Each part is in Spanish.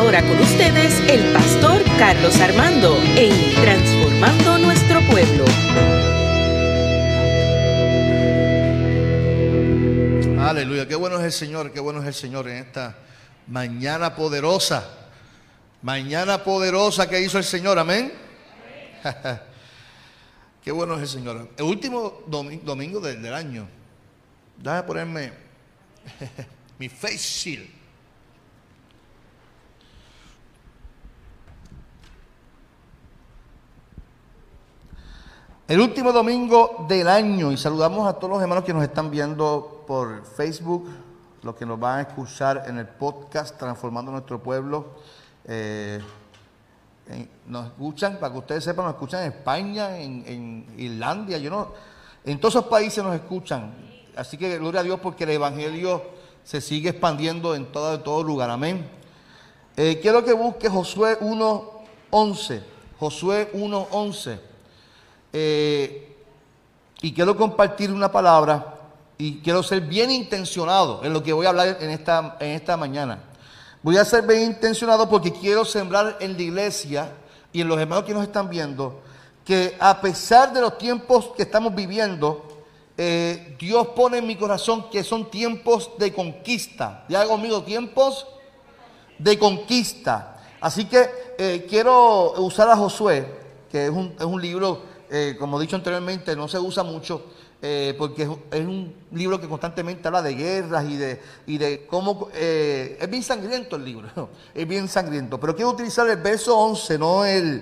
ahora con ustedes el pastor Carlos Armando en Transformando Nuestro Pueblo. Aleluya, qué bueno es el Señor, qué bueno es el Señor en esta mañana poderosa que hizo el Señor, amén. Qué bueno es el Señor. El último domingo del año. Déjame ponerme mi face shield. El último domingo del año, y saludamos a todos los hermanos que nos están viendo por Facebook, los que nos van a escuchar en el podcast Transformando Nuestro Pueblo. Nos escuchan, para que ustedes sepan, nos escuchan en España, en Irlanda, en todos esos países nos escuchan. Así que gloria a Dios porque el Evangelio se sigue expandiendo en todo lugar, amén. Quiero que busque Josué 1:11, Josué 1:11. Y quiero compartir una palabra y quiero ser bien intencionado en lo que voy a hablar en esta mañana. Voy a ser bien intencionado porque quiero sembrar en la iglesia y en los hermanos que nos están viendo que a pesar de los tiempos que estamos viviendo, Dios pone en mi corazón que son tiempos de conquista. Ya conmigo, tiempos de conquista. Así que quiero usar a Josué, que es un libro, como he dicho anteriormente, no se usa mucho, porque es un libro que constantemente habla de guerras y de cómo... es bien sangriento el libro, ¿no? Es bien sangriento. Pero quiero utilizar el verso 11, no el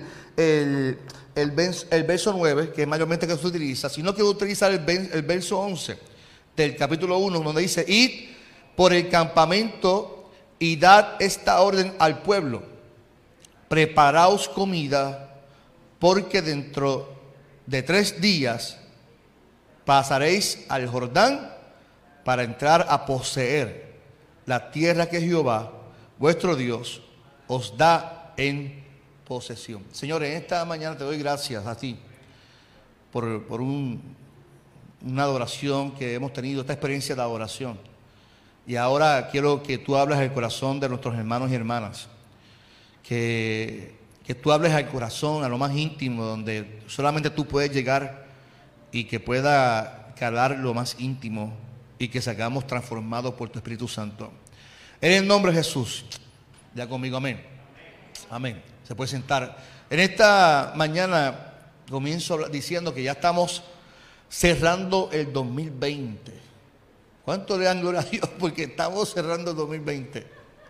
verso 9, que es mayormente que se utiliza, sino quiero utilizar el verso 11 del capítulo 1, donde dice: id por el campamento y dad esta orden al pueblo: preparaos comida, porque dentro de 3 días pasaréis al Jordán para entrar a poseer la tierra que Jehová, vuestro Dios, os da en posesión. Señor, en esta mañana te doy gracias a ti por una adoración que hemos tenido, esta experiencia de adoración. Y ahora quiero que tú hables al corazón de nuestros hermanos y hermanas, que tú hables al corazón, a lo más íntimo, donde solamente tú puedes llegar y que pueda calar lo más íntimo y que seamos transformados por tu Espíritu Santo. En el nombre de Jesús. Ya conmigo, amén. Amén. Se puede sentar. En esta mañana comienzo diciendo que ya estamos cerrando el 2020. ¿Cuánto le dan gloria a Dios? Porque estamos cerrando el 2020.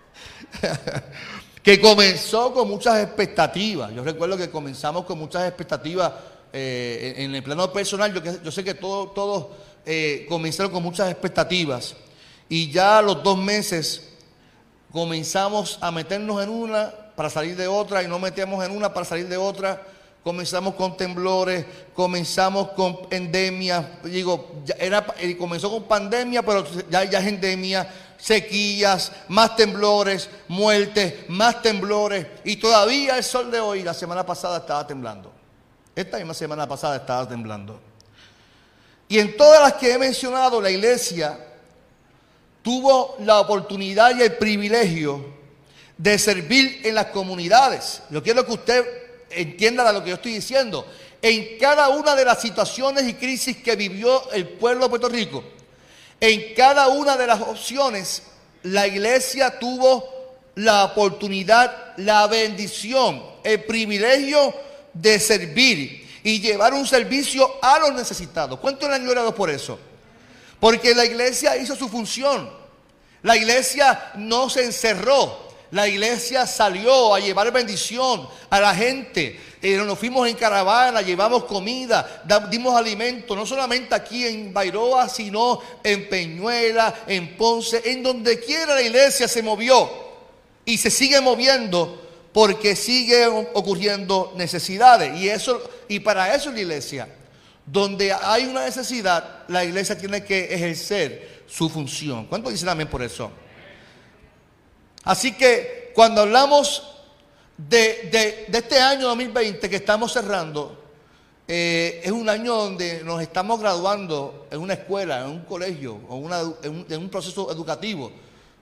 Que comenzó con muchas expectativas. Yo recuerdo que comenzamos con muchas expectativas en el plano personal. Yo sé que todos comenzaron con muchas expectativas. Y ya a los 2 meses comenzamos a meternos en una para salir de otra, y no metemos en una para salir de otra. Comenzamos con temblores, comenzamos con endemias. Comenzó con pandemia, pero ya es endemia. Sequías, más temblores, muertes, más temblores, y todavía el sol de hoy, la semana pasada estaba temblando. Esta misma semana pasada estaba temblando. Y en todas las que he mencionado, la iglesia tuvo la oportunidad y el privilegio de servir en las comunidades. Yo quiero que usted entienda de lo que yo estoy diciendo. En cada una de las situaciones y crisis que vivió el pueblo de Puerto Rico, en cada una de las opciones, la iglesia tuvo la oportunidad, la bendición, el privilegio de servir y llevar un servicio a los necesitados. ¿Cuánto le han gloriado por eso? Porque la iglesia hizo su función. La iglesia no se encerró. La iglesia salió a llevar bendición a la gente. Nos fuimos en caravana, llevamos comida, dimos alimento, no solamente aquí en Bairoa, sino en Peñuela, en Ponce, en donde quiera la iglesia se movió y se sigue moviendo porque siguen ocurriendo necesidades. Y para eso es la iglesia. Donde hay una necesidad, la iglesia tiene que ejercer su función. ¿Cuántos dicen amén por eso? Así que cuando hablamos de este año 2020 que estamos cerrando, es un año donde nos estamos graduando en una escuela, en un colegio, o en un proceso educativo,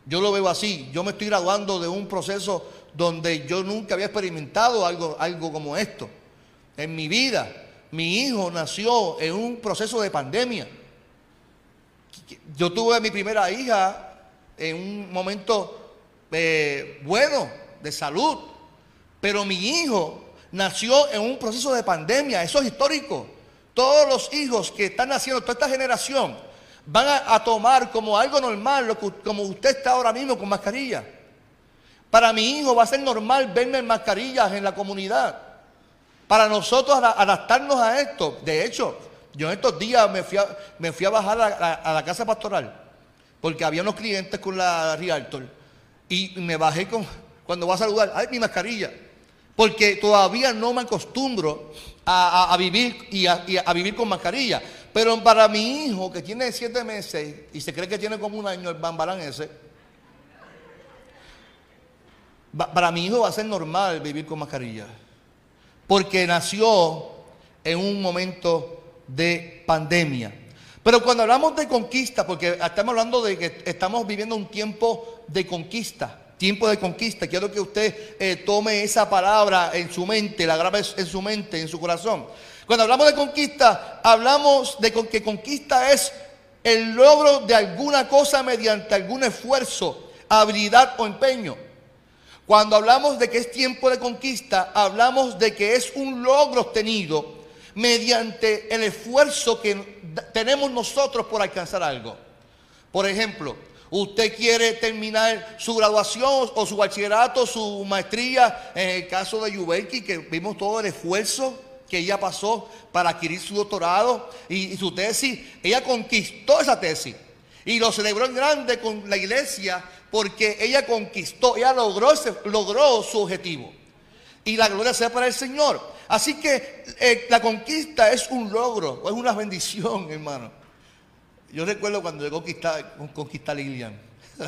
Yo lo veo así. Yo me estoy graduando de un proceso donde yo nunca había experimentado algo como esto en mi vida. Mi hijo nació en un proceso de pandemia. Yo tuve a mi primera hija en un momento bueno de salud, pero mi hijo nació en un proceso de pandemia. Eso es histórico. Todos los hijos que están naciendo, toda esta generación, van a tomar como algo normal, como usted está ahora mismo con mascarilla. Para mi hijo va a ser normal verme en mascarillas en la comunidad. Para nosotros adaptarnos a esto. De hecho, yo en estos días me fui a bajar a la casa pastoral, porque había unos clientes con la Realtor, y me bajé cuando voy a saludar, ¡ay, mi mascarilla! Porque todavía no me acostumbro a vivir y a vivir con mascarilla. Pero para mi hijo, que tiene 7 meses y se cree que tiene como un año el bambalán ese, para mi hijo va a ser normal vivir con mascarilla, porque nació en un momento de pandemia. Pero cuando hablamos de conquista, porque estamos hablando de que estamos viviendo un tiempo de conquista, quiero que usted tome esa palabra en su mente, la grabe en su mente, en su corazón. Cuando hablamos de conquista, hablamos de que conquista es el logro de alguna cosa mediante algún esfuerzo, habilidad o empeño. Cuando hablamos de que es tiempo de conquista, hablamos de que es un logro obtenido mediante el esfuerzo que tenemos nosotros por alcanzar algo. Por ejemplo, usted quiere terminar su graduación o su bachillerato, su maestría, en el caso de Yubelki, que vimos todo el esfuerzo que ella pasó para adquirir su doctorado y su tesis. Ella conquistó esa tesis y lo celebró en grande con la iglesia, porque ella conquistó, ella logró su objetivo. Y la gloria sea para el Señor. Así que la conquista es un logro, es una bendición, hermano. Yo recuerdo cuando yo conquisté a Lilian.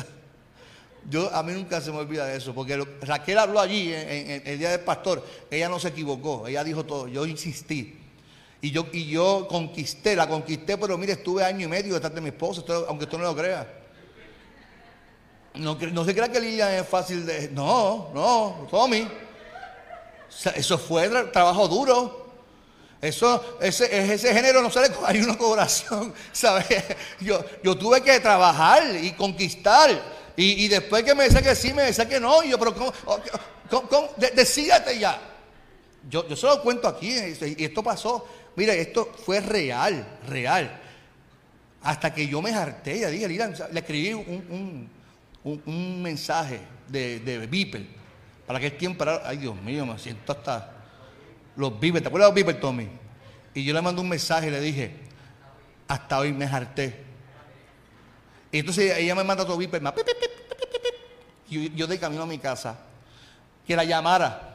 A mí nunca se me olvida eso, porque Raquel habló allí en el día del pastor. Ella no se equivocó, ella dijo todo. Yo insistí. Y yo la conquisté, pero mire, estuve 1 año y medio detrás de mi esposa, aunque usted no lo crea. No se crea que Lilian es fácil de... No, Tommy. Eso fue trabajo duro. Ese género no sale con una colaboración, ¿sabes? Yo tuve que trabajar y conquistar. Y después que me decía que sí, me decía que no. Y yo, pero ¿cómo? Decídate ya. Yo se lo cuento aquí, y esto pasó. Mire, esto fue real. Hasta que yo me harté. Ya dije, le escribí un mensaje de Viper. Para aquel tiempo, ay Dios mío, me siento hasta los Viper. ¿Te acuerdas de los Viper, Tommy? Y yo le mandé un mensaje y le dije, hasta hoy me harté. Y entonces ella me manda todo Viper, y yo de camino a mi casa, que la llamara.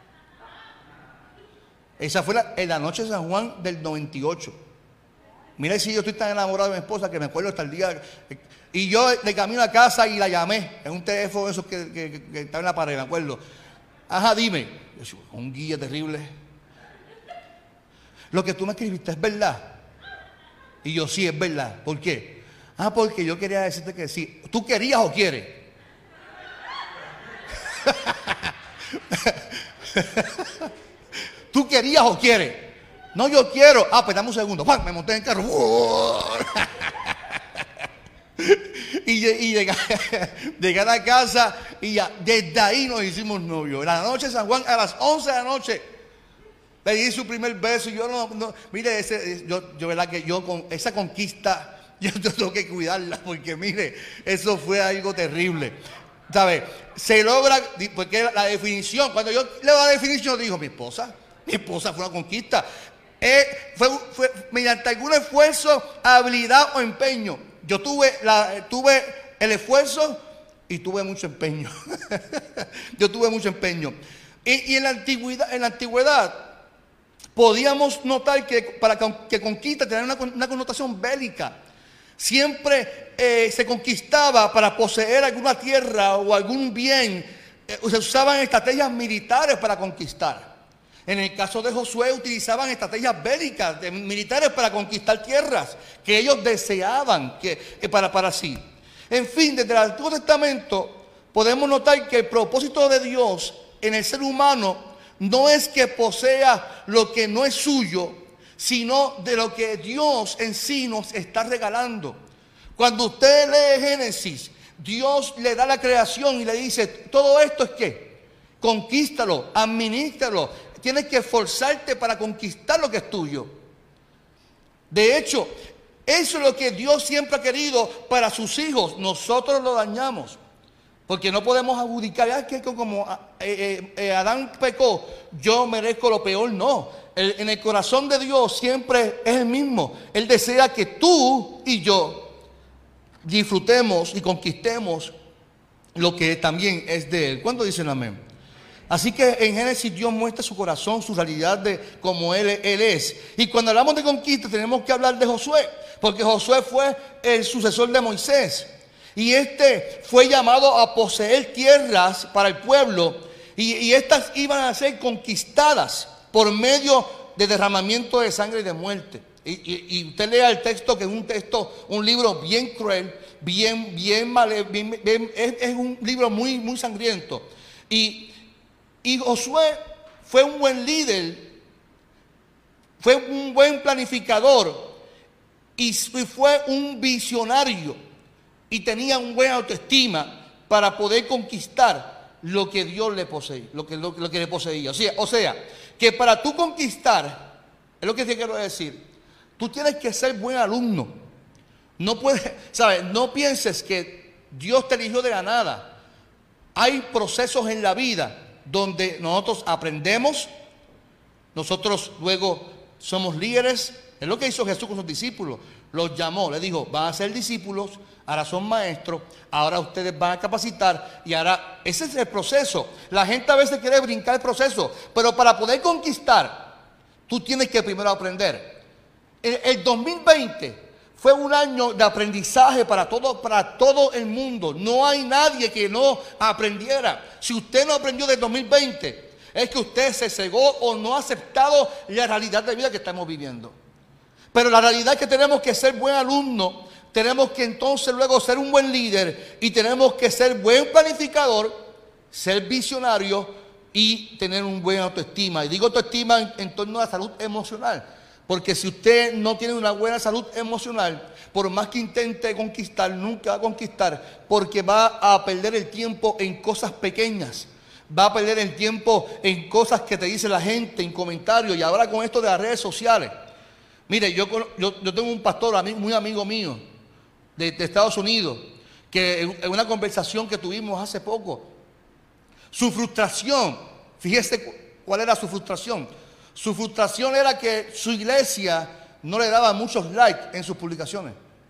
Esa fue en la noche de San Juan del 98. Mira, si yo estoy tan enamorado de mi esposa que me acuerdo hasta el día. Y yo de camino a casa y la llamé en un teléfono de esos que estaba en la pared, me acuerdo. Ajá, dime. Yo, un guía terrible. Lo que tú me escribiste es verdad. Y yo, sí, es verdad. ¿Por qué? Porque yo quería decirte que sí. ¿Tú querías o quieres? ¿Tú querías o quieres? No, yo quiero. Pues dame un segundo. ¡Pam! Me monté en el carro. Y llegué a la casa y ya, desde ahí nos hicimos novios. La noche de San Juan, a las 11 de la noche, le di su primer beso. Y yo mire, yo verdad que yo con esa conquista, yo tengo que cuidarla, porque mire, eso fue algo terrible. ¿Sabes? Se logra, porque la definición, cuando yo le doy la definición, digo, mi esposa fue una conquista. Fue mediante algún esfuerzo, habilidad o empeño. Yo tuve el esfuerzo y tuve mucho empeño. Yo tuve mucho empeño. Y en la antigüedad podíamos notar que para que conquista tenía una connotación bélica. Siempre se conquistaba para poseer alguna tierra o algún bien. Se usaban estrategias militares para conquistar. En el caso de Josué utilizaban estrategias bélicas militares para conquistar tierras que ellos deseaban para sí. En fin, desde el Antiguo Testamento podemos notar que el propósito de Dios en el ser humano no es que posea lo que no es suyo, sino de lo que Dios en sí nos está regalando. Cuando usted lee Génesis, Dios le da la creación y le dice, todo esto es ¿qué? Conquístalo, administralo. Tienes que esforzarte para conquistar lo que es tuyo. De hecho, eso es lo que Dios siempre ha querido para sus hijos. Nosotros lo dañamos. Porque no podemos adjudicar, que como Adán pecó, yo merezco lo peor. No, en el corazón de Dios siempre es el mismo. Él desea que tú y yo disfrutemos y conquistemos lo que también es de Él. ¿Cuántos dicen amén? Así que en Génesis Dios muestra su corazón, su realidad de cómo Él es. Y cuando hablamos de conquista tenemos que hablar de Josué, porque Josué fue el sucesor de Moisés. Y este fue llamado a poseer tierras para el pueblo. Y estas iban a ser conquistadas por medio de derramamiento de sangre y de muerte. Y usted lea el texto, que es un libro bien cruel, es un libro muy, muy sangriento. Y Josué fue un buen líder, fue un buen planificador y fue un visionario y tenía una buena autoestima para poder conquistar lo que Dios le poseía, lo que le poseía. O sea, que para tú conquistar, es lo que te quiero decir, tú tienes que ser buen alumno. No puedes, ¿sabes? No pienses que Dios te eligió de la nada. Hay procesos en la vida donde nosotros aprendemos, nosotros luego somos líderes. Es lo que hizo Jesús con sus discípulos. Los llamó, les dijo, van a ser discípulos, ahora son maestros, ahora ustedes van a capacitar y ahora ese es el proceso. La gente a veces quiere brincar el proceso, pero para poder conquistar, tú tienes que primero aprender. El 2020 fue un año de aprendizaje para todo el mundo. No hay nadie que no aprendiera. Si usted no aprendió del 2020, es que usted se cegó o no ha aceptado la realidad de vida que estamos viviendo. Pero la realidad es que tenemos que ser buen alumno, tenemos que entonces luego ser un buen líder y tenemos que ser buen planificador, ser visionario y tener un buen autoestima. Y digo autoestima en torno a la salud emocional. Porque si usted no tiene una buena salud emocional, por más que intente conquistar, nunca va a conquistar, porque va a perder el tiempo en cosas pequeñas, va a perder el tiempo en cosas que te dice la gente, en comentarios, y ahora con esto de las redes sociales. Mire, yo tengo un pastor muy amigo mío de Estados Unidos, que en una conversación que tuvimos hace poco, su frustración, fíjese cuál era su frustración. Su frustración era que su iglesia no le daba muchos likes en sus publicaciones.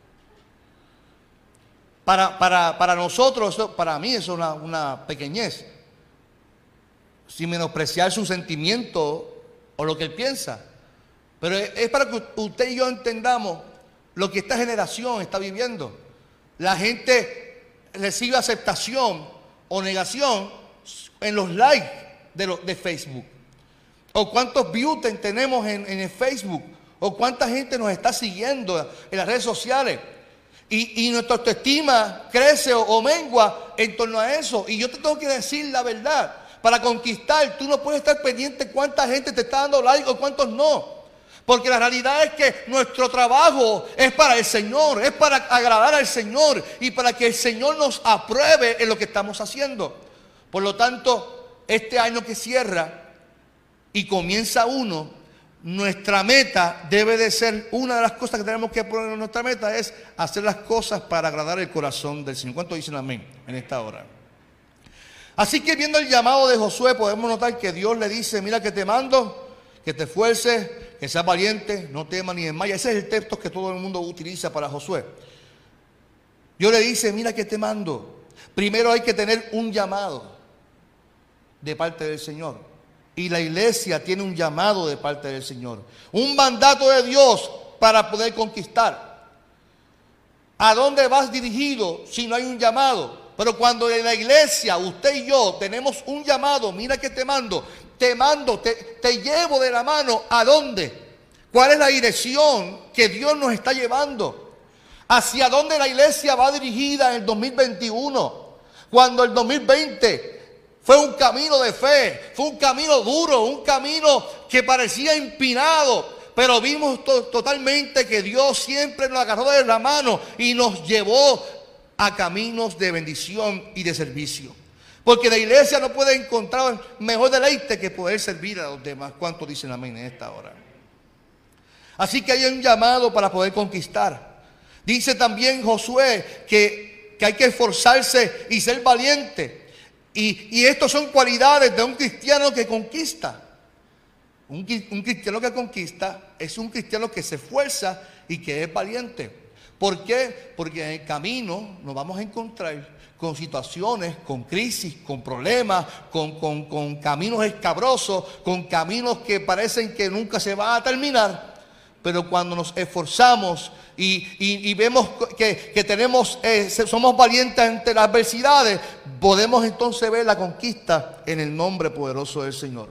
Para nosotros, para mí eso es una pequeñez. Sin menospreciar su sentimiento o lo que él piensa. Pero es para que usted y yo entendamos lo que esta generación está viviendo. La gente recibe aceptación o negación en los likes de Facebook. O cuántos views tenemos en el Facebook. O cuánta gente nos está siguiendo en las redes sociales. Y nuestra autoestima crece o mengua en torno a eso. Y yo te tengo que decir la verdad. Para conquistar, tú no puedes estar pendiente cuánta gente te está dando like o cuántos no. Porque la realidad es que nuestro trabajo es para el Señor, es para agradar al Señor y para que el Señor nos apruebe en lo que estamos haciendo. Por lo tanto, este año que cierra y comienza uno, nuestra meta debe de ser, una de las cosas que tenemos que poner en nuestra meta es hacer las cosas para agradar el corazón del Señor. ¿Cuántos dicen amén en esta hora? Así que viendo el llamado de Josué podemos notar que Dios le dice, mira que te mando, que te esfuerces, que seas valiente, no temas ni desmayes. Ese es el texto que todo el mundo utiliza para Josué. Dios le dice, mira que te mando. Primero hay que tener un llamado de parte del Señor. Y la iglesia tiene un llamado de parte del Señor. Un mandato de Dios para poder conquistar. ¿A dónde vas dirigido si no hay un llamado? Pero cuando en la iglesia usted y yo tenemos un llamado, mira que te mando, te llevo de la mano. ¿A dónde? ¿Cuál es la dirección que Dios nos está llevando? hacia dónde la iglesia va dirigida en el 2021, cuando el 2020 fue un camino de fe, fue un camino duro, un camino que parecía empinado, pero vimos totalmente que Dios siempre nos agarró de la mano y nos llevó a caminos de bendición y de servicio. Porque la iglesia no puede encontrar mejor deleite que poder servir a los demás. ¿Cuántos dicen amén en esta hora? Así que hay un llamado para poder conquistar. Dice también Josué que hay que esforzarse y ser valiente. Y estos son cualidades de un cristiano que conquista. Un cristiano que conquista es un cristiano que se esfuerza y que es valiente. ¿Por qué? Porque en el camino nos vamos a encontrar con situaciones, con crisis, con problemas, con caminos escabrosos, con caminos que parecen que nunca se van a terminar. Pero cuando nos esforzamos y vemos que somos valientes ante las adversidades, podemos entonces ver la conquista en el nombre poderoso del Señor.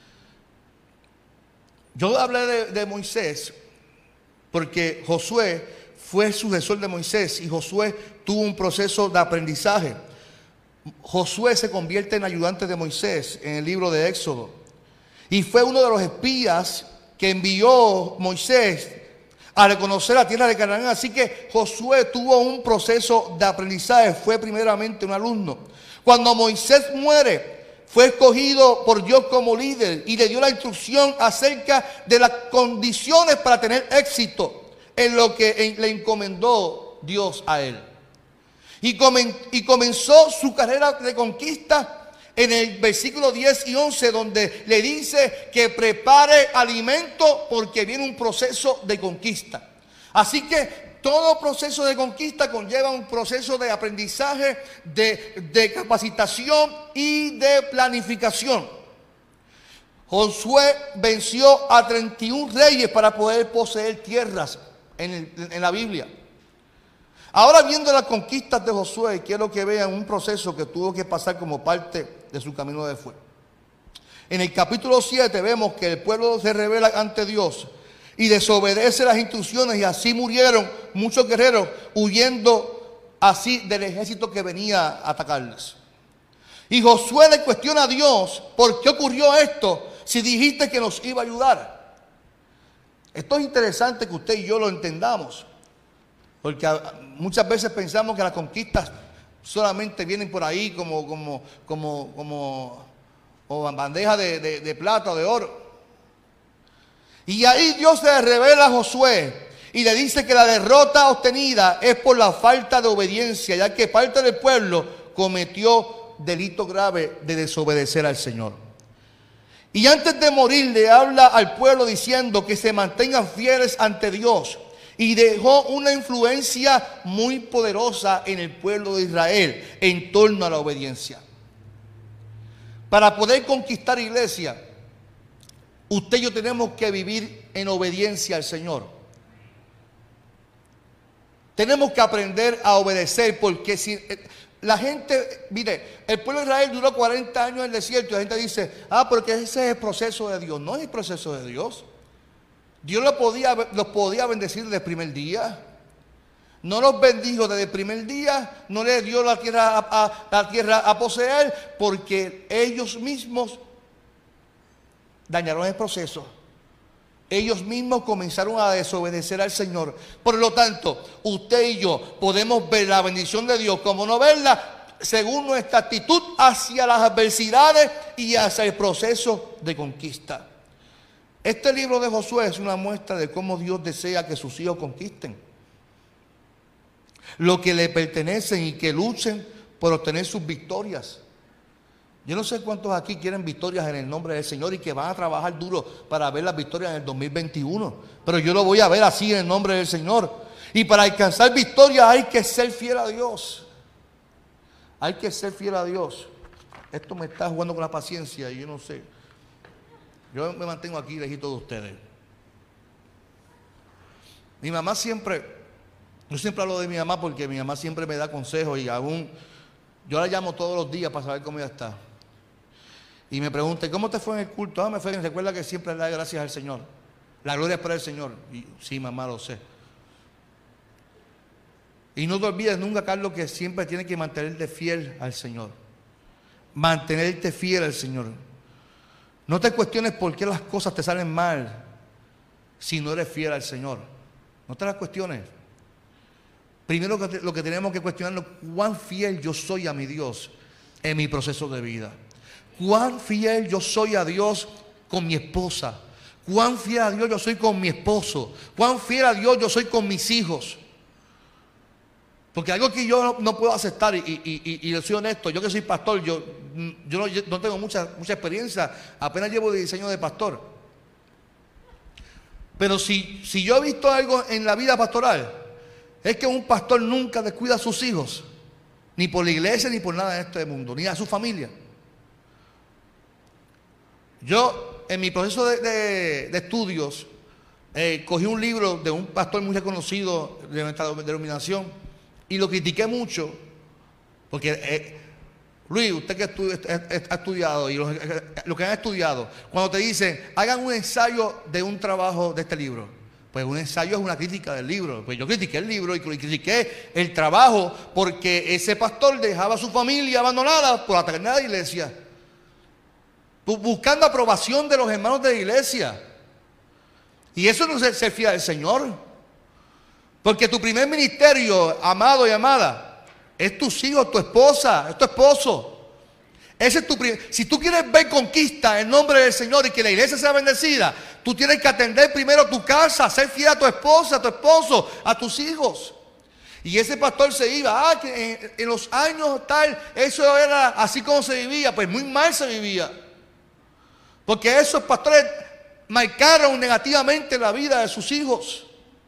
Yo hablé de Moisés porque Josué fue sucesor de Moisés y Josué tuvo un proceso de aprendizaje. Josué se convierte en ayudante de Moisés en el libro de Éxodo y fue uno de los espías que envió Moisés a reconocer la tierra de Canaán. Así que Josué tuvo un proceso de aprendizaje, fue primeramente un alumno. Cuando Moisés muere, fue escogido por Dios como líder y le dio la instrucción acerca de las condiciones para tener éxito en lo que le encomendó Dios a él. Y comenzó su carrera de conquista en el versículo 10 y 11, donde le dice que prepare alimento porque viene un proceso de conquista. Así que todo proceso de conquista conlleva un proceso de aprendizaje, de capacitación y de planificación. Josué venció a 31 reyes para poder poseer tierras en la Biblia. Ahora, viendo las conquistas de Josué, quiero que vean un proceso que tuvo que pasar como parte de su camino de fe. En el capítulo 7 vemos que el pueblo se rebela ante Dios y desobedece las instrucciones, y así murieron muchos guerreros huyendo así del ejército que venía a atacarles. Y Josué le cuestiona a Dios: ¿por qué ocurrió esto si dijiste que nos iba a ayudar? Esto es interesante que usted y yo lo entendamos, porque muchas veces pensamos que las conquistas solamente vienen por ahí como bandeja de plata o de oro. Y ahí Dios se revela a Josué y le dice que la derrota obtenida es por la falta de obediencia, ya que parte del pueblo cometió delito grave de desobedecer al Señor. Y antes de morir le habla al pueblo diciendo que se mantengan fieles ante Dios, y dejó una influencia muy poderosa en el pueblo de Israel en torno a la obediencia. Para poder conquistar, iglesia, usted y yo tenemos que vivir en obediencia al Señor. Tenemos que aprender a obedecer, porque si la gente, mire, el pueblo de Israel duró 40 años en el desierto y la gente dice: porque ese es el proceso de Dios. No es el proceso de Dios. Dios los podía bendecir desde el primer día. No los bendijo desde el primer día, no les dio la tierra a poseer, porque ellos mismos dañaron el proceso. Ellos mismos comenzaron a desobedecer al Señor. Por lo tanto, usted y yo podemos ver la bendición de Dios como no verla, según nuestra actitud hacia las adversidades y hacia el proceso de conquista. Este libro de Josué es una muestra de cómo Dios desea que sus hijos conquisten lo que le pertenecen y que luchen por obtener sus victorias. Yo no sé cuántos aquí quieren victorias en el nombre del Señor y que van a trabajar duro para ver las victorias en el 2021. Pero yo lo voy a ver así en el nombre del Señor. Y para alcanzar victorias hay que ser fiel a Dios. Hay que ser fiel a Dios. Esto me está jugando con la paciencia y yo no sé. Yo me mantengo aquí lejito de ustedes. Mi mamá yo siempre hablo de mi mamá porque mi mamá siempre me da consejos y aún yo la llamo todos los días para saber cómo ella está. Y me pregunta: ¿cómo te fue en el culto? Me fue bien. Recuerda que siempre le da gracias al Señor. La gloria es para el Señor. Y sí, mamá, lo sé. Y no te olvides nunca, Carlos, que siempre tienes que mantenerte fiel al Señor. Mantenerte fiel al Señor. No te cuestiones por qué las cosas te salen mal si no eres fiel al Señor. No te las cuestiones. Primero lo que tenemos que cuestionarnos, cuán fiel yo soy a mi Dios en mi proceso de vida. Cuán fiel yo soy a Dios con mi esposa. Cuán fiel a Dios yo soy con mi esposo. Cuán fiel a Dios yo soy con mis hijos. Porque algo que yo no puedo aceptar, y le soy honesto, yo que soy pastor, yo no tengo mucha experiencia, apenas llevo 10 años de pastor. Pero si yo he visto algo en la vida pastoral, es que un pastor nunca descuida a sus hijos, ni por la iglesia, ni por nada en este mundo, ni a su familia. Yo, en mi proceso de estudios, cogí un libro de un pastor muy reconocido de nuestra denominación, y lo critiqué mucho, porque Luis, usted que ha estudiado, y los que han estudiado, cuando te dicen, hagan un ensayo de un trabajo de este libro, pues un ensayo es una crítica del libro. Pues yo critiqué el libro y critiqué el trabajo, porque ese pastor dejaba a su familia abandonada por atacar a la iglesia, buscando aprobación de los hermanos de la iglesia. Y eso no es ser fiel al Señor. Porque tu primer ministerio, amado y amada, es tus hijos, tu esposa, es tu esposo. Ese es tu si tú quieres ver conquista en nombre del Señor y que la iglesia sea bendecida, tú tienes que atender primero tu casa, ser fiel a tu esposa, a tu esposo, a tus hijos. Y ese pastor se iba, que en los años tal, eso era así como se vivía. Pues muy mal se vivía. Porque esos pastores marcaron negativamente la vida de sus hijos.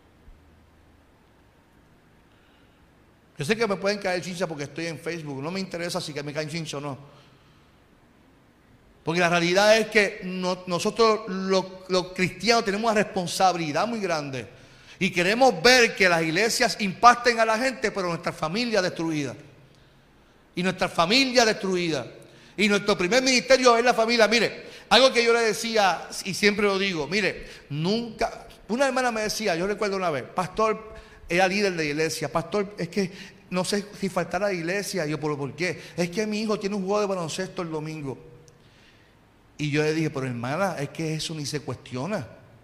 Yo sé que me pueden caer chincha porque estoy en Facebook. No me interesa si que me caen chincha o no. Porque la realidad es que nosotros los cristianos tenemos una responsabilidad muy grande. Y queremos ver que las iglesias impacten a la gente, pero nuestra familia destruida. Y nuestra familia destruida. Y nuestro primer ministerio es la familia. Mire, algo que yo le decía y siempre lo digo. Mire, nunca... Una hermana me decía, yo recuerdo una vez, pastor... Era líder de iglesia, pastor, es que no sé si faltará a la iglesia. Y yo, ¿por qué? Es que mi hijo tiene un juego de baloncesto el domingo. Y yo le dije, pero hermana, es que eso ni se cuestiona.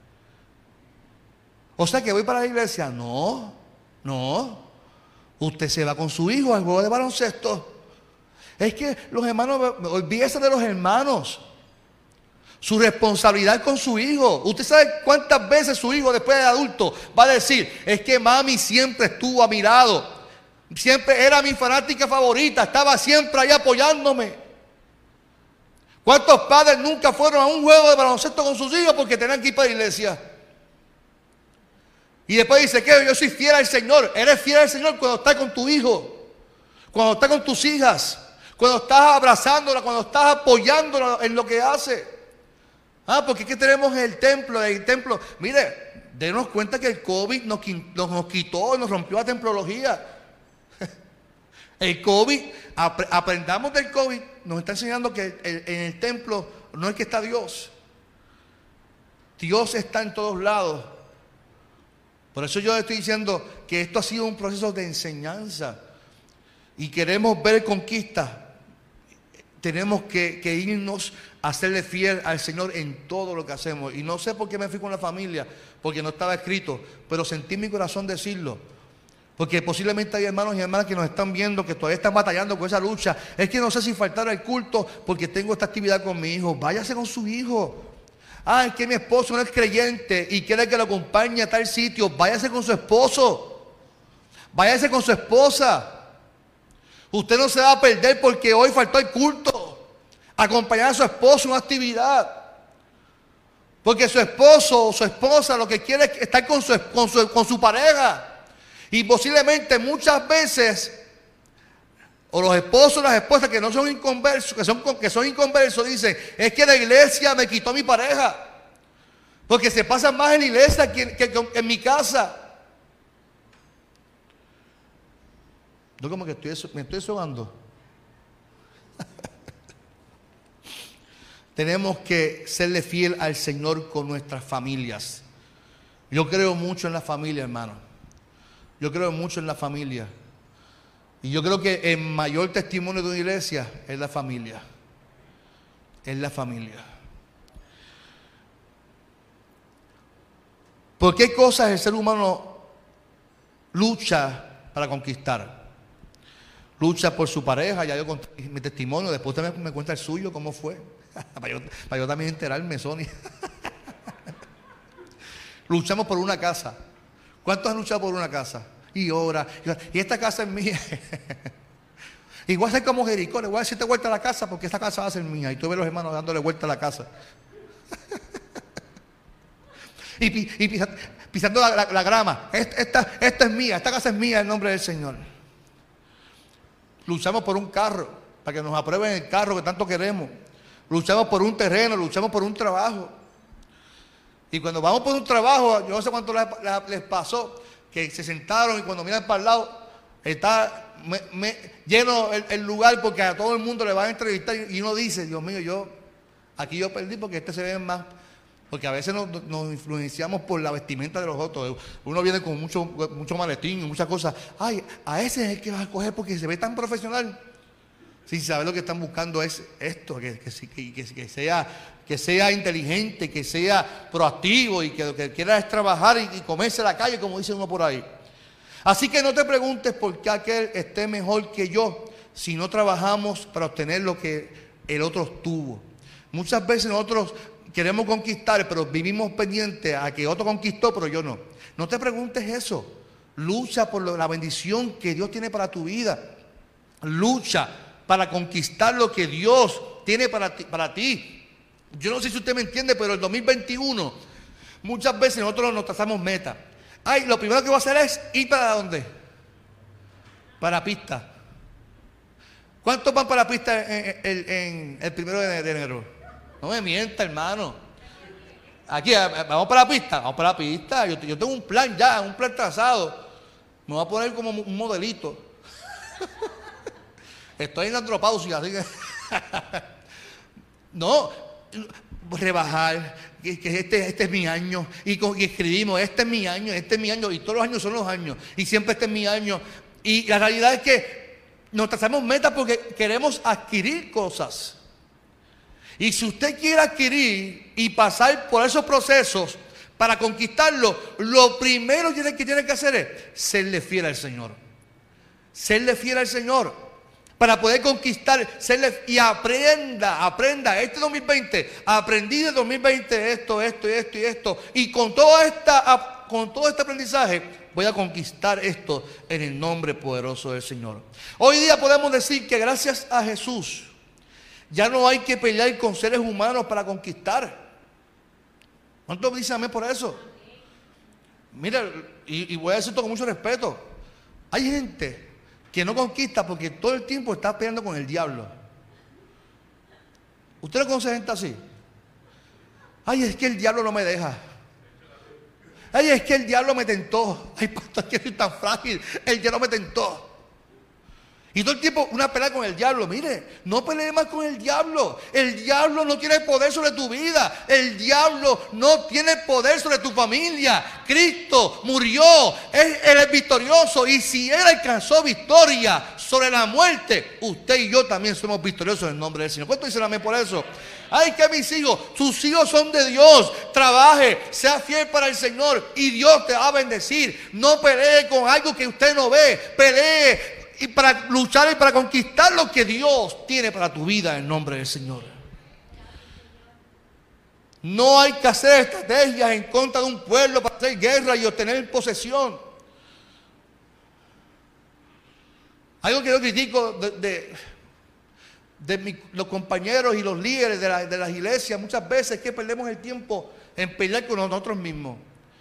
O sea, que voy para la iglesia. No. Usted se va con su hijo al juego de baloncesto. Es que los hermanos, olvídese de los hermanos. Su responsabilidad con su hijo. Usted sabe cuántas veces su hijo después de adulto va a decir, es que mami siempre estuvo a mi lado, siempre era mi fanática favorita, estaba siempre ahí apoyándome. ¿Cuántos padres nunca fueron a un juego de baloncesto con sus hijos porque tenían que ir para la iglesia? Y después dice que yo soy fiel al Señor. Eres fiel al Señor cuando estás con tu hijo, cuando estás con tus hijas, cuando estás abrazándola, cuando estás apoyándola en lo que hace. Porque es que tenemos el templo. Mire, denos cuenta que el COVID nos quitó, nos rompió la templología. El COVID, aprendamos del COVID, nos está enseñando que en el templo no es que está Dios. Dios está en todos lados. Por eso yo estoy diciendo que esto ha sido un proceso de enseñanza. Y queremos ver conquistas. Tenemos que irnos a serle fiel al Señor en todo lo que hacemos. Y no sé por qué me fui con la familia, porque no estaba escrito, pero sentí en mi corazón decirlo. Porque posiblemente hay hermanos y hermanas que nos están viendo, que todavía están batallando con esa lucha. Es que no sé si faltará el culto porque tengo esta actividad con mi hijo. Váyase con su hijo. Es que mi esposo no es creyente y quiere que lo acompañe a tal sitio. Váyase con su esposo. Váyase con su esposa. Usted no se va a perder porque hoy faltó el culto. Acompañar a su esposo en una actividad. Porque su esposo o su esposa lo que quiere es estar con su pareja. Y posiblemente muchas veces, o los esposos o las esposas que no son inconversos, que son inconversos, dicen, es que la iglesia me quitó a mi pareja. Porque se pasan más en la iglesia que en mi casa. Yo como que me estoy sogando. Tenemos que serle fiel al Señor con nuestras familias. Yo creo mucho en la familia, hermano. yo creo mucho en la familia. Y yo creo que el mayor testimonio de una iglesia es la familia. Es la familia. ¿Por qué cosas el ser humano lucha para conquistar? Lucha por su pareja, ya yo conté mi testimonio, después usted me cuenta el suyo, cómo fue. para yo también enterarme, Sonia. Luchamos por una casa. ¿Cuántos han luchado por una casa? Y ahora, y esta casa es mía. Y voy a ser como Jericó, le voy a decirte vuelta a la casa porque esta casa va a ser mía. Y tú ves los hermanos dándole vuelta a la casa. y pisando la grama. Esta es mía, esta casa es mía en nombre del Señor. Luchamos por un carro, para que nos aprueben el carro que tanto queremos. Luchamos por un terreno, luchamos por un trabajo. Y cuando vamos por un trabajo, yo no sé cuánto les pasó, que se sentaron y cuando miran para el lado, está lleno el lugar porque a todo el mundo le van a entrevistar y uno dice, Dios mío, aquí yo perdí porque se ve más. Porque a veces nos influenciamos por la vestimenta de los otros. Uno viene con mucho maletín y muchas cosas. Ay, a ese es el que vas a coger porque se ve tan profesional. Sin saber lo que están buscando es esto, que sea inteligente, que sea proactivo y que lo que quiera es trabajar y comerse la calle, como dice uno por ahí. Así que no te preguntes por qué aquel esté mejor que yo si no trabajamos para obtener lo que el otro tuvo. Muchas veces nosotros queremos conquistar, pero vivimos pendientes a que otro conquistó, pero yo no. No te preguntes eso. Lucha por la bendición que Dios tiene para tu vida. Lucha para conquistar lo que Dios tiene para ti. Yo no sé si usted me entiende, pero el 2021, muchas veces nosotros nos trazamos metas. Ay, lo primero que voy a hacer es ir para ¿dónde? Para pista. ¿Cuántos van para pista en el 1 de enero? No me mienta, hermano. Aquí, vamos para la pista. Vamos para la pista. Yo tengo un plan ya, un plan trazado. Me voy a poner como un modelito. Estoy en la andropausia, así que... No, rebajar, que este es mi año. Y escribimos, este es mi año, y todos los años son los años. Y siempre este es mi año. Y la realidad es que nos trazamos metas porque queremos adquirir cosas. Y si usted quiere adquirir y pasar por esos procesos para conquistarlo, lo primero que tiene que hacer es serle fiel al Señor. Serle fiel al Señor. Para poder conquistar, y aprenda. Este 2020, aprendí de 2020 esto. Y con todo este aprendizaje, voy a conquistar esto en el nombre poderoso del Señor. Hoy día podemos decir que gracias a Jesús, ya no hay que pelear con seres humanos para conquistar. ¿Cuántos dicen amén por eso? Mira, y voy a decir esto con mucho respeto. Hay gente que no conquista porque todo el tiempo está peleando con el diablo. ¿Usted no conoce gente así? Ay, es que el diablo no me deja. Ay, es que el diablo me tentó. Ay, pastor, que soy tan frágil. El diablo me tentó. Y todo el tiempo una pelea con el diablo. Mire, no pelee más con el diablo. El diablo no tiene poder sobre tu vida. El diablo no tiene poder sobre tu familia. Cristo murió. Él es victorioso. Y si Él alcanzó victoria sobre la muerte, usted y yo también somos victoriosos en el nombre del Señor. ¿Cuánto dicen amén por eso? Ay, que mis hijos, sus hijos son de Dios. Trabaje, sea fiel para el Señor y Dios te va a bendecir. No pelee con algo que usted no ve. Pelee y para luchar y para conquistar lo que Dios tiene para tu vida en nombre del Señor. No hay que hacer estrategias en contra de un pueblo para hacer guerra y obtener posesión. Algo que yo critico los compañeros y los líderes de las iglesias muchas veces es que perdemos el tiempo en pelear con nosotros mismos.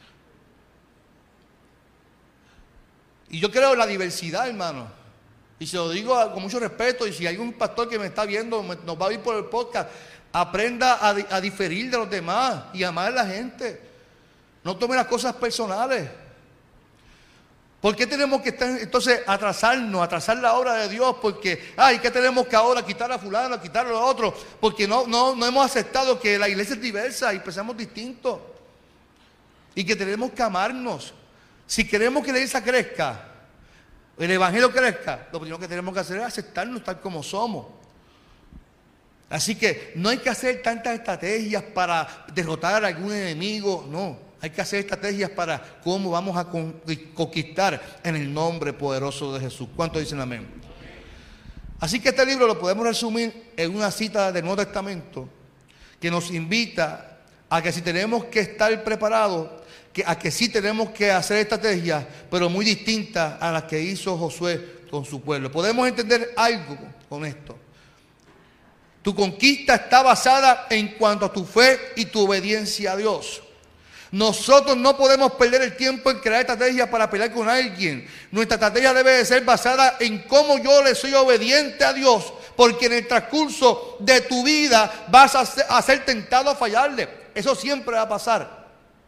Y yo creo en la diversidad, hermano. Y se lo digo con mucho respeto, y si hay un pastor que me está viendo, nos va a ver por el podcast, aprenda a diferir de los demás y amar a la gente. No tome las cosas personales. ¿Por qué tenemos que estar entonces atrasar la obra de Dios? Porque, ¿qué tenemos que ahora quitar a fulano, quitar a los otros? Porque no hemos aceptado que la iglesia es diversa y pensamos distinto. Y que tenemos que amarnos. Si queremos que la iglesia crezca, el evangelio crezca, lo primero que tenemos que hacer es aceptarnos tal como somos. Así que no hay que hacer tantas estrategias para derrotar a algún enemigo, no. Hay que hacer estrategias para cómo vamos a conquistar en el nombre poderoso de Jesús. ¿Cuántos dicen amén? Así que este libro lo podemos resumir en una cita del Nuevo Testamento que nos invita a que si tenemos que estar preparados, a que sí tenemos que hacer estrategias, pero muy distintas a las que hizo Josué con su pueblo. Podemos entender algo con esto. Tu conquista está basada en cuanto a tu fe y tu obediencia a Dios. Nosotros no podemos perder el tiempo en crear estrategias para pelear con alguien. Nuestra estrategia debe de ser basada en cómo yo le soy obediente a Dios, porque en el transcurso de tu vida vas a ser tentado a fallarle. Eso siempre va a pasar.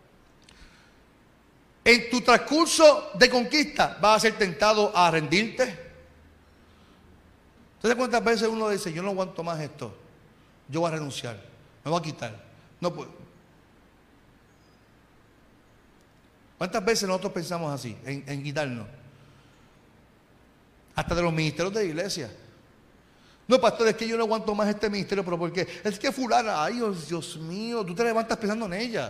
En tu transcurso de conquista vas a ser tentado a rendirte. ¿Sabes cuántas veces uno dice, yo no aguanto más esto, yo voy a renunciar, me voy a quitar? No puedo. ¿Cuántas veces nosotros pensamos así, en quitarnos? Hasta de los ministerios de la iglesia. No, pastor, es que yo no aguanto más este ministerio, pero ¿por qué? Es que fulana, ay, Dios mío, tú te levantas pensando en ella.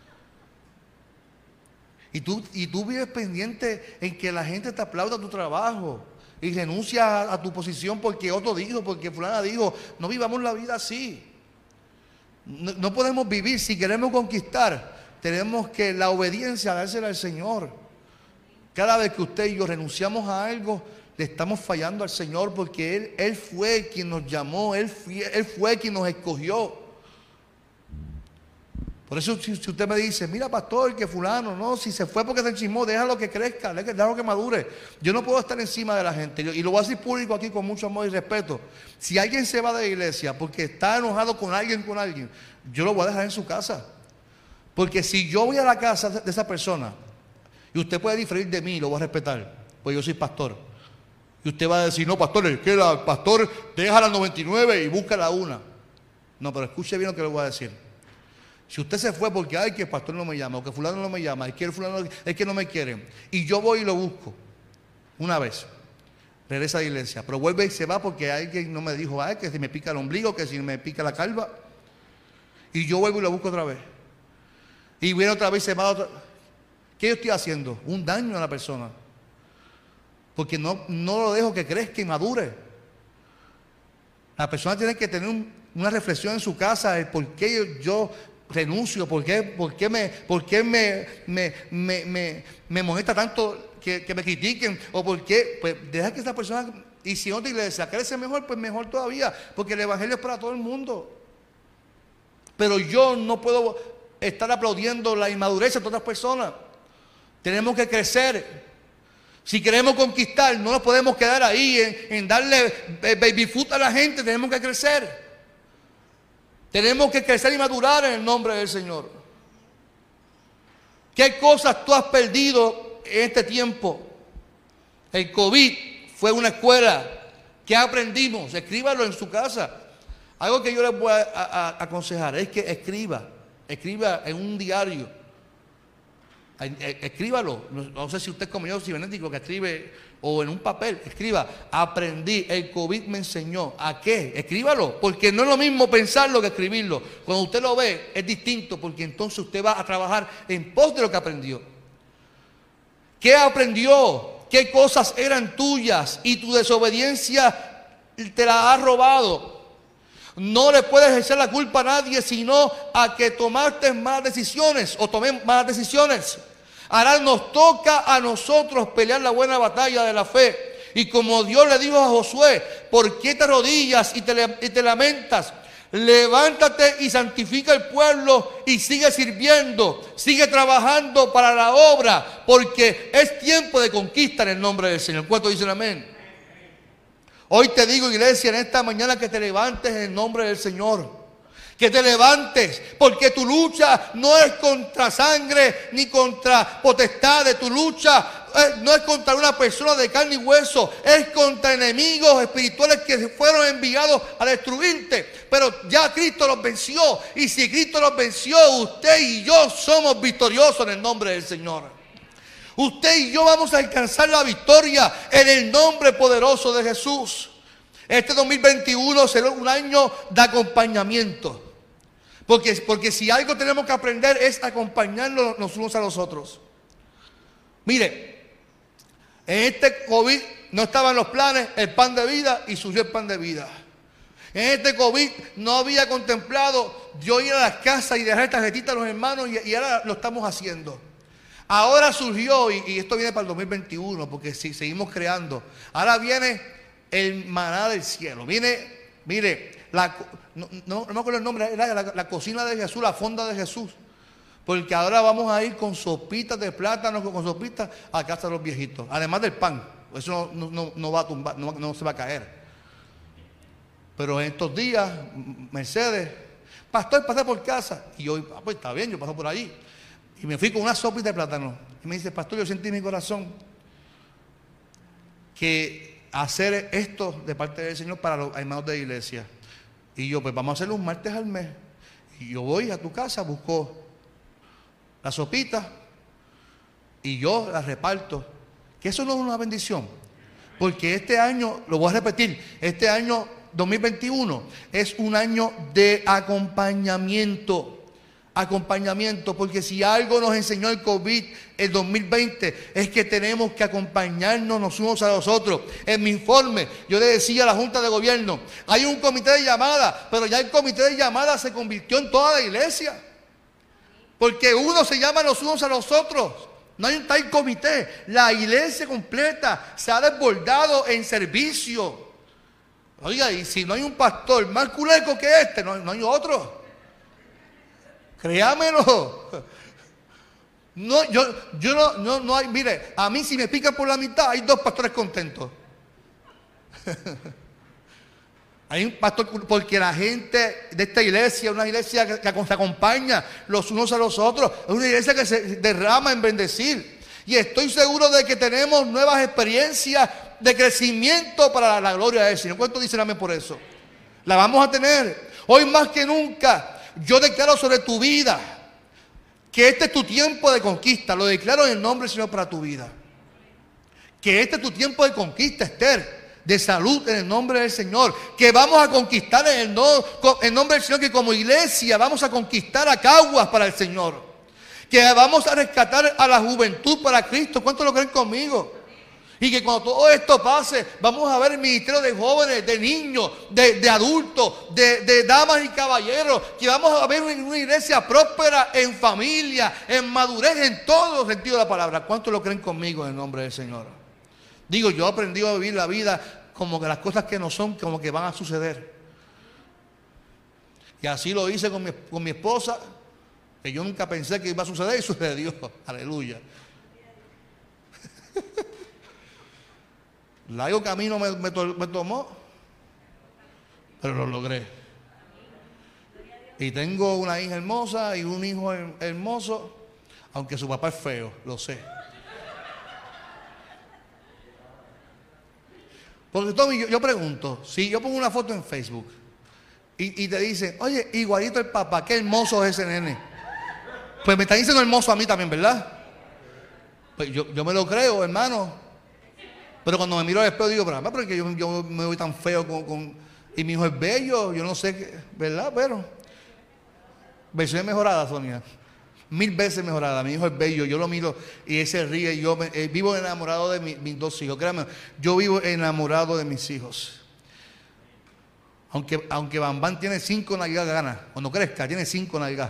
Y tú vives pendiente en que la gente te aplauda tu trabajo y renuncia a tu posición porque otro dijo, porque fulana dijo. No vivamos la vida así. No podemos vivir. Si queremos conquistar, tenemos que la obediencia dársela al Señor. Cada vez que usted y yo renunciamos a algo, le estamos fallando al Señor, porque Él fue quien nos llamó, Él fue quien nos escogió. Por eso si usted me dice, mira pastor, que fulano, no, si se fue porque se enchismó, déjalo que crezca, déjalo que madure. Yo no puedo estar encima de la gente, y lo voy a decir público aquí con mucho amor y respeto. Si alguien se va de la iglesia porque está enojado con alguien, yo lo voy a dejar en su casa. Porque si yo voy a la casa de esa persona, y usted puede diferir de mí, lo voy a respetar, pues yo soy pastor. Y usted va a decir, no pastor, es que el pastor deja la 99 y busca la 1. No, pero escuche bien lo que le voy a decir. Si usted se fue porque, ay, que el pastor no me llama, o que fulano no me llama, es que el fulano es que no me quieren, y yo voy y lo busco una vez, regresa a la iglesia, pero vuelve y se va porque alguien no me dijo, ay, que si me pica el ombligo, que si me pica la calva, y yo vuelvo y lo busco otra vez, y viene otra vez y se va otra. ¿Qué yo estoy haciendo? Un daño a la persona, porque no lo dejo que crezca y madure. La persona tiene que tener una reflexión en su casa de por qué yo renuncio, por qué me molesta tanto que me critiquen, o por qué, pues deja que esa persona, y si otra iglesia crece mejor, pues mejor todavía, porque el evangelio es para todo el mundo. Pero yo no puedo estar aplaudiendo la inmadurez de otras personas. Tenemos que crecer. Si queremos conquistar, no nos podemos quedar ahí en darle baby food a la gente. Tenemos que crecer. Tenemos que crecer y madurar en el nombre del Señor. ¿Qué cosas tú has perdido en este tiempo? El COVID fue una escuela. ¿Qué aprendimos? Escríbalo en su casa. Algo que yo les voy a aconsejar es que escriba en un diario. Escríbalo. No sé si usted es como yo, cibernético, que escribe, o en un papel. Escriba, aprendí, el COVID me enseñó. ¿A qué? Escríbalo, porque no es lo mismo pensarlo que escribirlo. Cuando usted lo ve es distinto, porque entonces usted va a trabajar en pos de lo que aprendió. ¿Qué aprendió? ¿Qué cosas eran tuyas y tu desobediencia te la ha robado? No le puedes echar la culpa a nadie, sino a que tomaste malas decisiones o tomé malas decisiones. Ahora nos toca a nosotros pelear la buena batalla de la fe. Y como Dios le dijo a Josué, ¿por qué te arrodillas y te lamentas? Levántate y santifica el pueblo y sigue sirviendo, sigue trabajando para la obra, porque es tiempo de conquista en el nombre del Señor. ¿Cuántos dicen amén? Hoy te digo, iglesia, en esta mañana que te levantes en el nombre del Señor. Que te levantes, porque tu lucha no es contra sangre ni contra potestades. Tu lucha no es contra una persona de carne y hueso, es contra enemigos espirituales que fueron enviados a destruirte. Pero ya Cristo los venció, y si Cristo los venció, usted y yo somos victoriosos en el nombre del Señor. Usted y yo vamos a alcanzar la victoria en el nombre poderoso de Jesús. Este 2021 será un año de acompañamiento. Porque si algo tenemos que aprender es acompañarnos los unos a los otros. Mire, en este COVID no estaban los planes, el pan de vida, y surgió el pan de vida. En este COVID no había contemplado yo ir a las casas y dejar tarjetitas a los hermanos y ahora lo estamos haciendo. Ahora surgió, y esto viene para el 2021, porque si seguimos creando, ahora viene el maná del cielo. Viene, mire, no me acuerdo el nombre, era la cocina de Jesús, la fonda de Jesús. Porque ahora vamos a ir con sopitas de plátano, con sopitas a casa de los viejitos. Además del pan, eso no va a tumbar, no se va a caer. Pero en estos días, Mercedes, pastor, pasé por casa. Y yo, pues está bien, yo paso por allí. Y me fui con una sopita de plátano. Y me dice, pastor, yo sentí en mi corazón que hacer esto de parte del Señor para los hermanos de la iglesia. Y yo, pues vamos a hacerlo un martes al mes. Y yo voy a tu casa, busco la sopita y yo la reparto. Que eso no es una bendición. Porque este año, lo voy a repetir, este año 2021 es un año de acompañamiento. Acompañamiento, porque si algo nos enseñó el COVID el 2020 es que tenemos que acompañarnos los unos a los otros. En mi informe yo le decía a la Junta de Gobierno, hay un comité de llamada, pero ya el comité de llamada se convirtió en toda la iglesia, porque uno se llama los unos a los otros. No hay un tal comité, la iglesia completa se ha desbordado en servicio. Oiga, y si no hay un pastor más culeco que este, no hay otro. Créamelo. No, yo no hay, mire, a mí si me pican por la mitad, hay 2 pastores contentos. Hay un pastor, porque la gente de esta iglesia es una iglesia que se acompaña los unos a los otros, es una iglesia que se derrama en bendecir. Y estoy seguro de que tenemos nuevas experiencias de crecimiento para la gloria del Señor. ¿Cuántos dicen amén por eso? La vamos a tener. Hoy más que nunca. Yo declaro sobre tu vida que este es tu tiempo de conquista. Lo declaro en el nombre del Señor para tu vida. Que este es tu tiempo de conquista, Esther, de salud en el nombre del Señor. Que vamos a conquistar en el nombre del Señor, que como iglesia vamos a conquistar a Caguas para el Señor. Que vamos a rescatar a la juventud para Cristo. ¿Cuántos lo creen conmigo? Y que cuando todo esto pase, vamos a ver el ministerio de jóvenes, de niños, de adultos, de damas y caballeros. Que vamos a ver una iglesia próspera en familia, en madurez, en todo sentido de la palabra. ¿Cuántos lo creen conmigo en el nombre del Señor? Digo, yo he aprendido a vivir la vida como que las cosas que no son, como que van a suceder. Y así lo hice con mi esposa, que yo nunca pensé que iba a suceder y sucedió. Aleluya. Largo camino me tomó, pero lo logré. Y tengo una hija hermosa y un hijo hermoso, aunque su papá es feo, lo sé. Porque Tommy, yo pregunto, si yo pongo una foto en Facebook y te dicen, oye, igualito el papá, qué hermoso es ese nene. Pues me están diciendo hermoso a mí también, ¿verdad? Pues yo me lo creo, hermano. Pero cuando me miro al espejo digo, pero porque yo me voy tan feo y mi hijo es bello, yo no sé qué, ¿verdad? Pero versión mejorada, Sonia, 1000 veces mejorada. Mi hijo es bello, yo lo miro y él se ríe. Yo vivo enamorado de mis 2 hijos. Créanme, yo vivo enamorado de mis hijos. Aunque Bambán tiene 5 nalgas ganas, cuando crezca tiene 5 nalgas.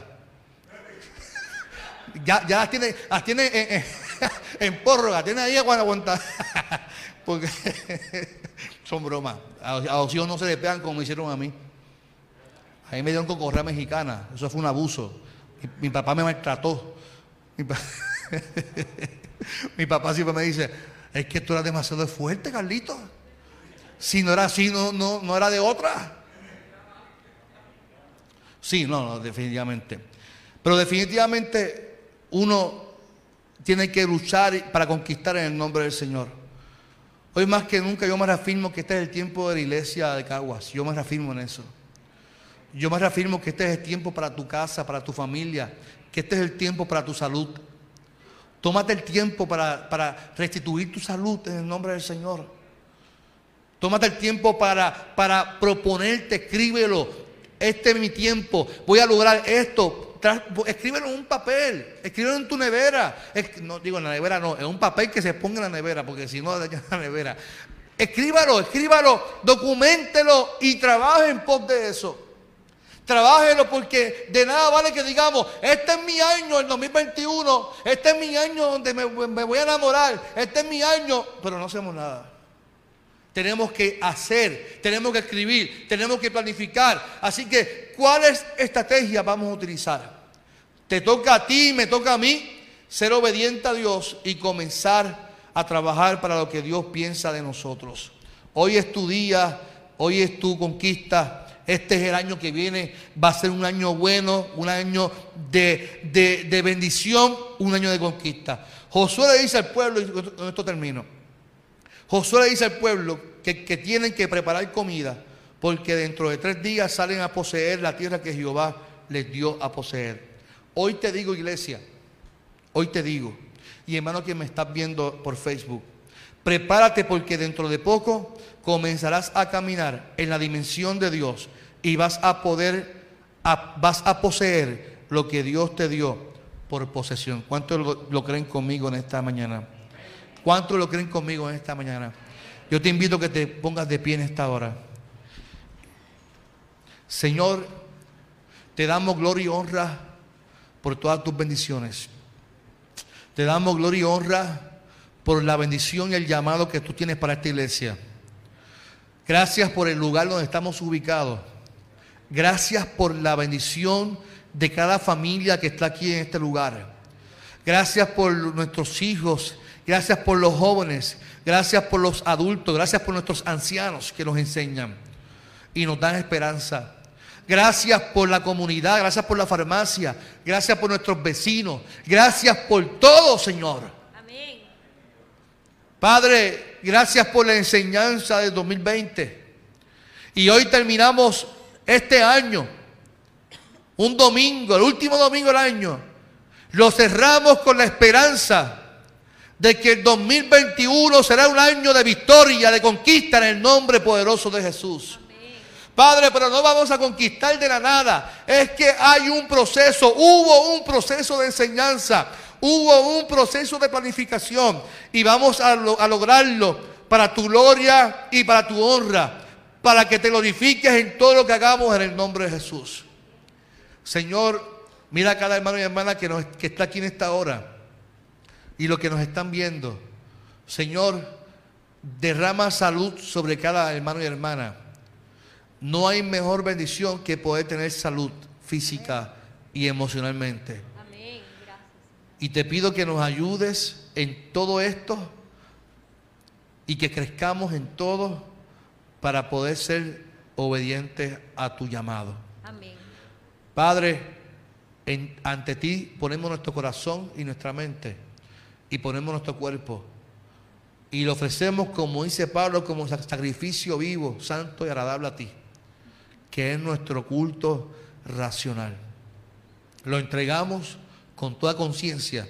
Ya las tiene en prórroga, tiene ahí cuando aguantar. Porque son bromas. A los hijos no se le pegan como me hicieron a mí. A mí me dieron cocorrea mexicana. Eso fue un abuso. Mi papá me maltrató. Mi papá siempre me dice, es que tú eras demasiado fuerte, Carlito. Si no era así, no era de otra. Sí, no, definitivamente. Pero definitivamente uno tiene que luchar para conquistar en el nombre del Señor. Hoy más que nunca yo me reafirmo que este es el tiempo de la iglesia de Caguas. Yo me reafirmo en eso. Yo me reafirmo que este es el tiempo para tu casa, para tu familia. Que este es el tiempo para tu salud. Tómate el tiempo para restituir tu salud en el nombre del Señor. Tómate el tiempo para proponerte, escríbelo. Este es mi tiempo, voy a lograr esto. Escríbelo en un papel, escríbelo en tu nevera. No digo en la nevera, no, en un papel que se ponga en la nevera, porque si no daña la nevera. Escríbalo, documéntelo y trabaje en pos de eso. Trabájelo, porque de nada vale que digamos, este es mi año, el 2021, este es mi año donde me voy a enamorar, este es mi año, pero no hacemos nada. Tenemos que hacer, tenemos que escribir, tenemos que planificar. Así que, ¿cuáles estrategias vamos a utilizar? Te toca a ti, me toca a mí, ser obediente a Dios y comenzar a trabajar para lo que Dios piensa de nosotros. Hoy es tu día, hoy es tu conquista. Este es el año que viene, va a ser un año bueno, un año de bendición, un año de conquista. Josué le dice al pueblo, y con esto termino. Josué le dice al pueblo que tienen que preparar comida, porque dentro de 3 días salen a poseer la tierra que Jehová les dio a poseer. Hoy te digo, iglesia, hoy te digo, y hermano que me estás viendo por Facebook, prepárate, porque dentro de poco comenzarás a caminar en la dimensión de Dios y vas a poseer lo que Dios te dio por posesión. ¿Cuántos lo creen conmigo en esta mañana? ¿Cuántos lo creen conmigo en esta mañana? Yo te invito a que te pongas de pie en esta hora. Señor, te damos gloria y honra por todas tus bendiciones. Te damos gloria y honra por la bendición y el llamado que tú tienes para esta iglesia. Gracias por el lugar donde estamos ubicados. Gracias por la bendición de cada familia que está aquí en este lugar. Gracias por nuestros hijos. Gracias por los jóvenes. Gracias por los adultos. Gracias por nuestros ancianos que nos enseñan y nos dan esperanza. Gracias por la comunidad. Gracias por la farmacia. Gracias por nuestros vecinos. Gracias por todo, Señor. Amén. Padre, gracias por la enseñanza del 2020. Y hoy terminamos este año, un domingo, el último domingo del año. Lo cerramos con la esperanza de que el 2021 será un año de victoria, de conquista en el nombre poderoso de Jesús. Amén. Padre, pero no vamos a conquistar de la nada. Es que hay un proceso, hubo un proceso de enseñanza, hubo un proceso de planificación y vamos a lograrlo para tu gloria y para tu honra, para que te glorifiques en todo lo que hagamos en el nombre de Jesús. Señor, mira a cada hermano y hermana que está aquí en esta hora y los que nos están viendo. Señor, derrama salud sobre cada hermano y hermana. No hay mejor bendición que poder tener salud física y emocionalmente. Amén. Gracias. Y te pido que nos ayudes en todo esto y que crezcamos en todo para poder ser obedientes a tu llamado. Amén. Padre, ante ti ponemos nuestro corazón y nuestra mente y ponemos nuestro cuerpo y lo ofrecemos, como dice Pablo, como sacrificio vivo, santo y agradable a ti, que es nuestro culto racional. Lo entregamos con toda conciencia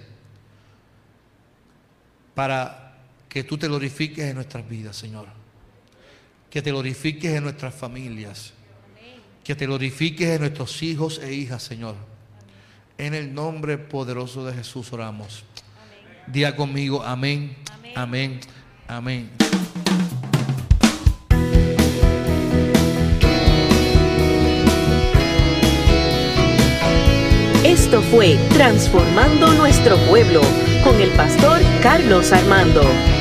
para que tú te glorifiques en nuestras vidas, Señor. Que te glorifiques en nuestras familias. Que te glorifiques en nuestros hijos e hijas, Señor. En el nombre poderoso de Jesús oramos. Diga conmigo, amén, amén, amén. Esto fue Transformando Nuestro Pueblo con el pastor Carlos Armando.